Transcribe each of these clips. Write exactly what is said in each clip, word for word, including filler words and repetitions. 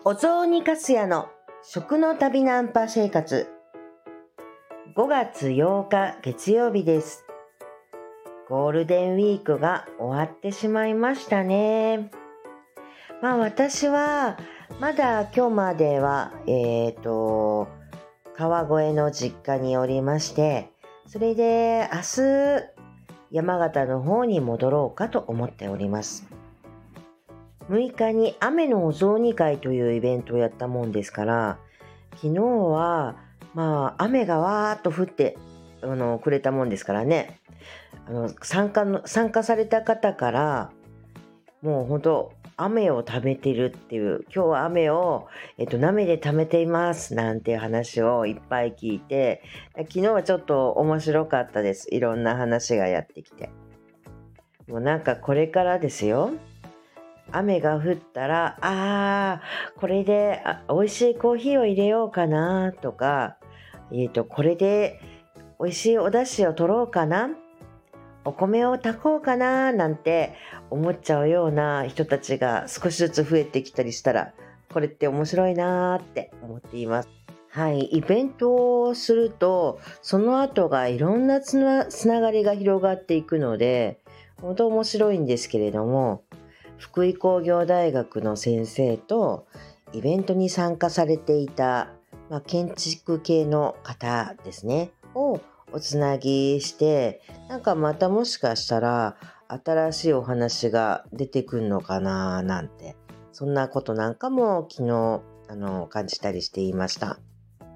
お雑煮かすやの食の旅ナンパ生活。ごがつようか月曜日です。ゴールデンウィークが終わってしまいましたね。まあ私はまだ今日まではえっと川越の実家におりまして、それで明日山形の方に戻ろうかと思っております。むいかに雨のお雑煮会というイベントをやったもんですから、昨日はまあ雨がわーっと降ってあのくれたもんですからね、あの参加の参加された方からもう本当雨を貯めてるっていう、今日は雨を、えっと、舐めで貯めていますなんていう話をいっぱい聞いて、昨日はちょっと面白かったです。いろんな話がやってきて、もうなんかこれからですよ。雨が降ったら、あーこれであ美味しいコーヒーを入れようかなとか、えーとこれで美味しいお出汁を取ろうかな、お米を炊こうかななんて思っちゃうような人たちが少しずつ増えてきたりしたら、これって面白いなって思っています。はい、イベントをするとその後がいろんなつな、つながりが広がっていくので本当面白いんですけれども、福井工業大学の先生とイベントに参加されていた、まあ、建築系の方ですねをおつなぎして、なんかまたもしかしたら新しいお話が出てくるのかななんて、そんなことなんかも昨日あの感じたりしていました。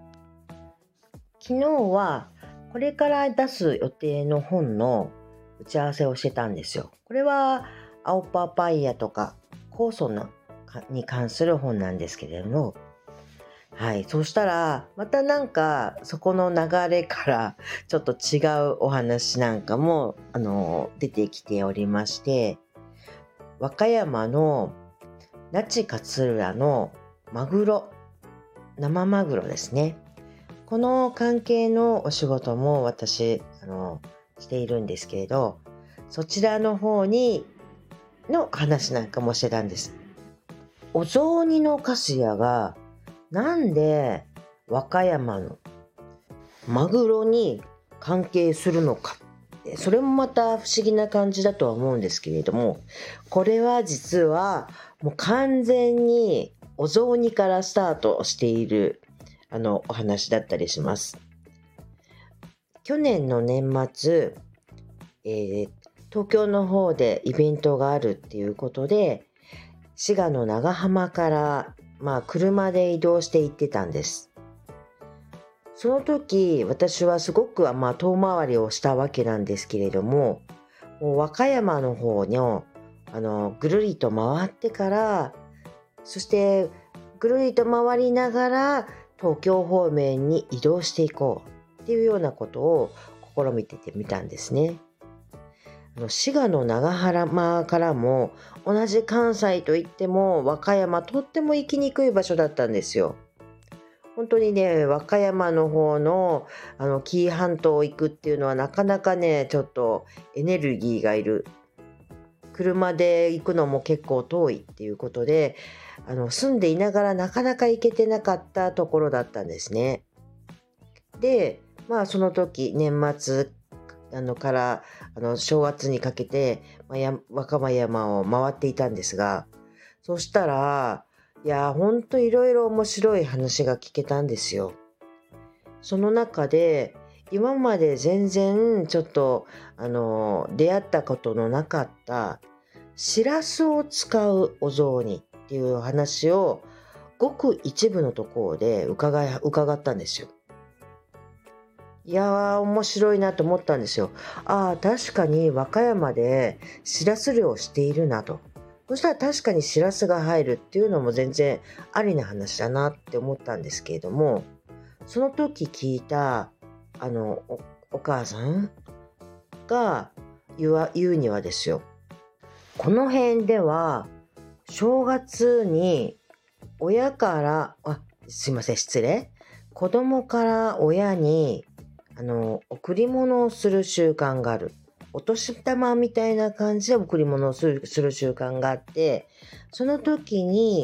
昨日はこれから出す予定の本の打ち合わせをしてたんですよ。これは青パパイヤとか酵素のに関する本なんですけれども、はい、そうしたらまたなんかそこの流れからちょっと違うお話なんかもあの出てきておりまして、和歌山の那智勝浦のマグロ、生マグロですね、この関係のお仕事も私あのしているんですけれど、そちらの方にの話なんかもしてたんです。お雑煮のかすやがなんで和歌山のマグロに関係するのか、それもまた不思議な感じだとは思うんですけれども、これは実はもう完全にお雑煮からスタートしているあのお話だったりします。去年の年末、えー東京の方でイベントがあるっていうことで、滋賀の長浜から、まあ、車で移動して行ってたんです。その時私はすごく、まあ、遠回りをしたわけなんですけれども、もう和歌山の方の、あのぐるりと回ってから、そしてぐるりと回りながら東京方面に移動していこうっていうようなことを試みてみたんですね。滋賀の長浜からも同じ関西といっても和歌山、とっても行きにくい場所だったんですよ。本当にね、和歌山の方のあの紀伊半島を行くっていうのはなかなかね、ちょっとエネルギーがいる。車で行くのも結構遠いっていうことで、あの住んでいながらなかなか行けてなかったところだったんですね。で、まあその時年末あのからあの正月にかけて、まあ、や和歌山を回っていたんですが、そしたらいやほんといろいろ面白い話が聞けたんですよ。その中で今まで全然ちょっとあの出会ったことのなかったしらすを使うお雑煮っていう話をごく一部のところで伺い伺ったんですよ。いやー面白いなと思ったんですよ。ああ確かに和歌山でしらす漁をしているなと。そしたら確かにしらすが入るっていうのも全然ありな話だなって思ったんですけれども、その時聞いたあの お, お母さんが言わ言うにはですよ、この辺では正月に親からあすいません失礼子供から親にあの贈り物をする習慣がある。お年玉みたいな感じで贈り物をする、する習慣があって、その時に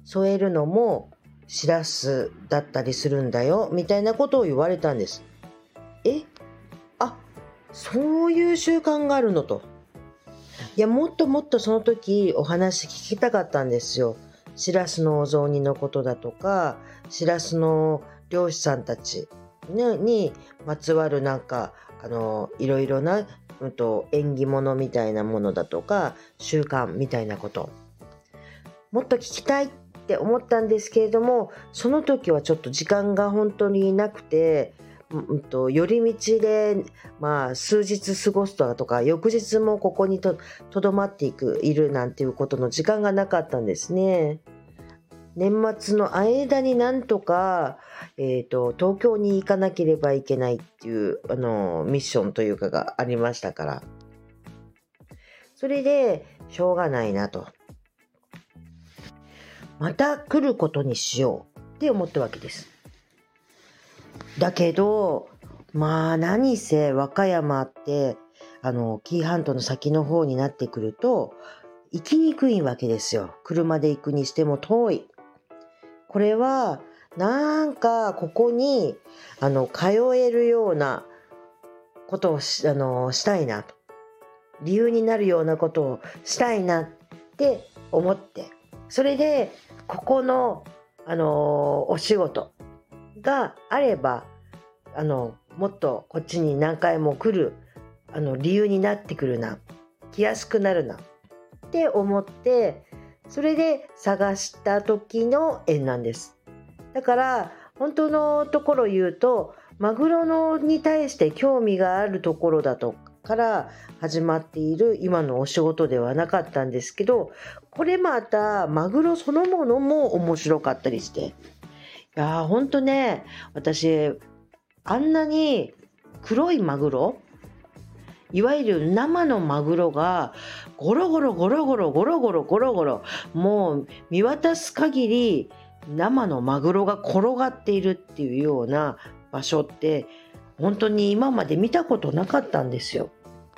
添えるのもしらすだったりするんだよみたいなことを言われたんです。えあそういう習慣があるのと。いやもっともっとその時お話聞きたかったんですよ。しらすのお雑煮のことだとか、しらすの漁師さんたち、ね、にまつわるなんかあのいろいろな、うんと、縁起物みたいなものだとか習慣みたいなこともっと聞きたいって思ったんですけれども、その時はちょっと時間が本当になくて、うんと、寄り道で、まあ、数日過ごすとか翌日もここにととどまっていくいるなんていうことの時間がなかったんですね。年末の間になんとか、えーと、東京に行かなければいけないっていうあのミッションというかがありましたから、それでしょうがないなと、また来ることにしようって思ったわけです。だけどまあ何せ和歌山ってあの紀伊半島の先の方になってくると行きにくいわけですよ。車で行くにしても遠い。これはなんかここにあの通えるようなことを し, あのしたいなと、理由になるようなことをしたいなって思って、それでここの、あのお仕事があればあのもっとこっちに何回も来るあの理由になってくるな、来やすくなるなって思って、それで探した時の縁なんです。だから本当のところ言うと、マグロのに対して興味があるところだとから始まっている今のお仕事ではなかったんですけど、これまたマグロそのものも面白かったりして、いやーほんとね、私あんなに黒いマグロ、いわゆる生のマグロがゴロゴロゴロゴロゴロゴロゴロゴロ、もう見渡す限り生のマグロが転がっているっていうような場所って本当に今まで見たことなかったんですよ。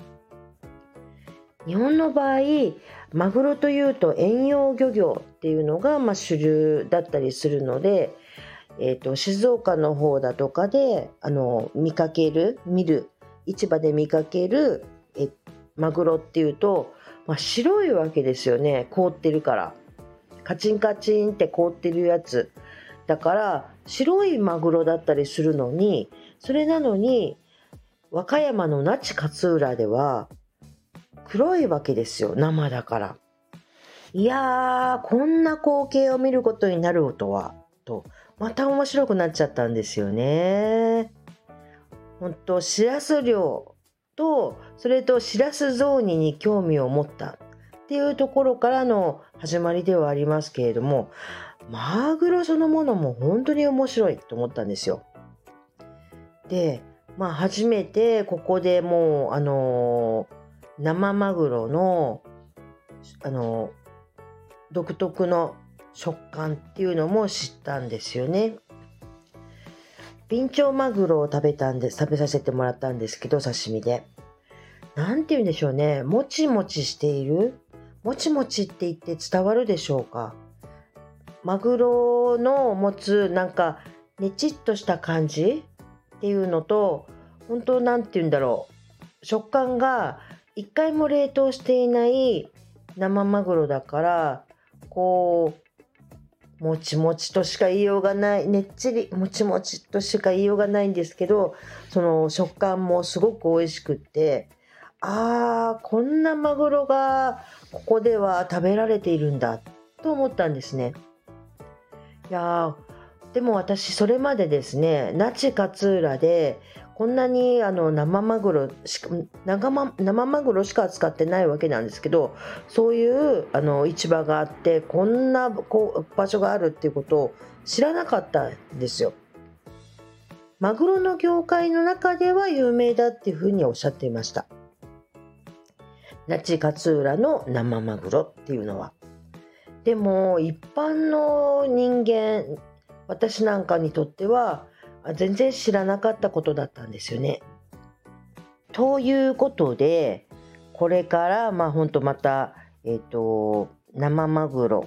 日本の場合マグロというと遠洋漁業っていうのがまあ主流だったりするので、えーと、静岡の方だとかであの見かける見る市場で見かけるえマグロっていうと、まあ、白いわけですよね。凍ってるから、カチンカチンって凍ってるやつだから白いマグロだったりするのに、それなのに和歌山の那智勝浦では黒いわけですよ、生だから。いやーこんな光景を見ることになるとはと、また面白くなっちゃったんですよね。本当しらす漁とそれとしらす雑煮に興味を持ったっていうところからの始まりではありますけれども、マグロそのものも本当に面白いと思ったんですよ。で、まあ初めてここでもうあのー、生マグロのあのー、独特の食感っていうのも知ったんですよね。ビンチョウマグロを食べたんです食べさせてもらったんですけど、刺身でなんて言うんでしょうね、もちもちしている、もちもちって言って伝わるでしょうか。マグロの持つなんかねちっとした感じっていうのと、本当なんて言うんだろう、食感が一回も冷凍していない生マグロだから、こうもちもちとしか言いようがない、ねっちりもちもちとしか言いようがないんですけど、その食感もすごく美味しくって、あーこんなマグロがここでは食べられているんだと思ったんですね。いやーでも私それまでですね、那智勝浦でこんなにあの生マグロしか生マ生マグロしか扱ってないわけなんですけど、そういうあの市場があってこんなこう場所があるっていうことを知らなかったんですよ。マグロの業界の中では有名だっていうふうにおっしゃっていました。那智勝浦の生マグロっていうのは。でも一般の人間、私なんかにとっては全然知らなかったことだったんですよね。ということで、これからまあ本当また、えーと、生マグロ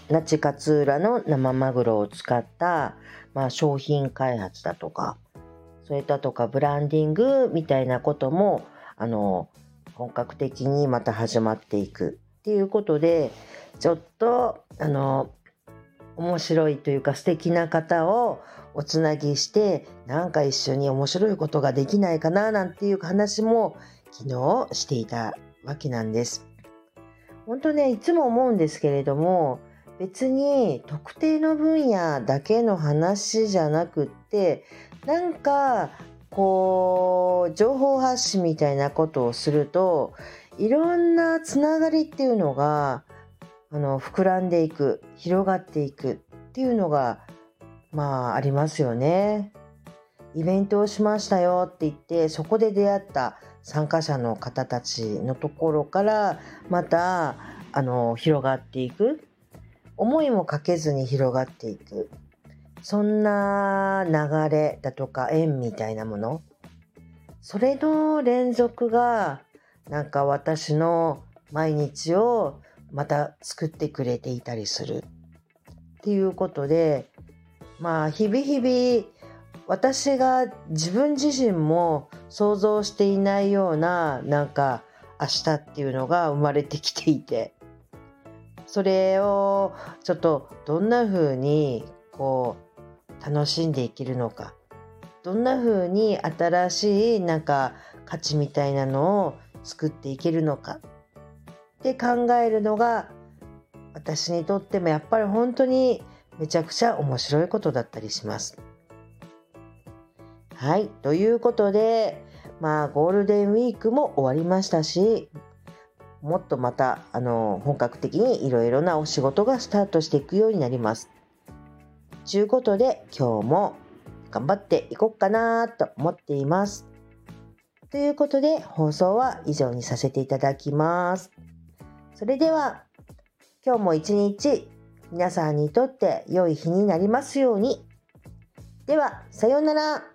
那智勝浦の生マグロを使った、まあ、商品開発だとか、それだとかブランディングみたいなこともあの本格的にまた始まっていくっていうことで、ちょっとあの面白いというか素敵な方をおつなぎして、なんか一緒に面白いことができないかななんていう話も昨日していたわけなんです。本当ね、いつも思うんですけれども、別に特定の分野だけの話じゃなくって、なんかこう情報発信みたいなことをすると、いろんなつながりっていうのがあの膨らんでいく、広がっていくっていうのがまあありますよね。イベントをしましたよって言って、そこで出会った参加者の方たちのところからまたあの広がっていく、思いもかけずに広がっていく、そんな流れだとか縁みたいなもの、それの連続がなんか私の毎日をまた作ってくれていたりするっていうことで、まあ日々日々私が自分自身も想像していないようななんか明日っていうのが生まれてきていて、それをちょっとどんな風にこう楽しんでいけるのか、どんな風に新しいなんか価値みたいなのを作っていけるのかって考えるのが、私にとってもやっぱり本当にめちゃくちゃ面白いことだったりします。はい、ということで、まあゴールデンウィークも終わりましたし、もっとまたあの本格的にいろいろなお仕事がスタートしていくようになります。ということで今日も頑張っていこうかなと思っています。ということで放送は以上にさせていただきます。それでは今日も一日皆さんにとって良い日になりますように。ではさようなら。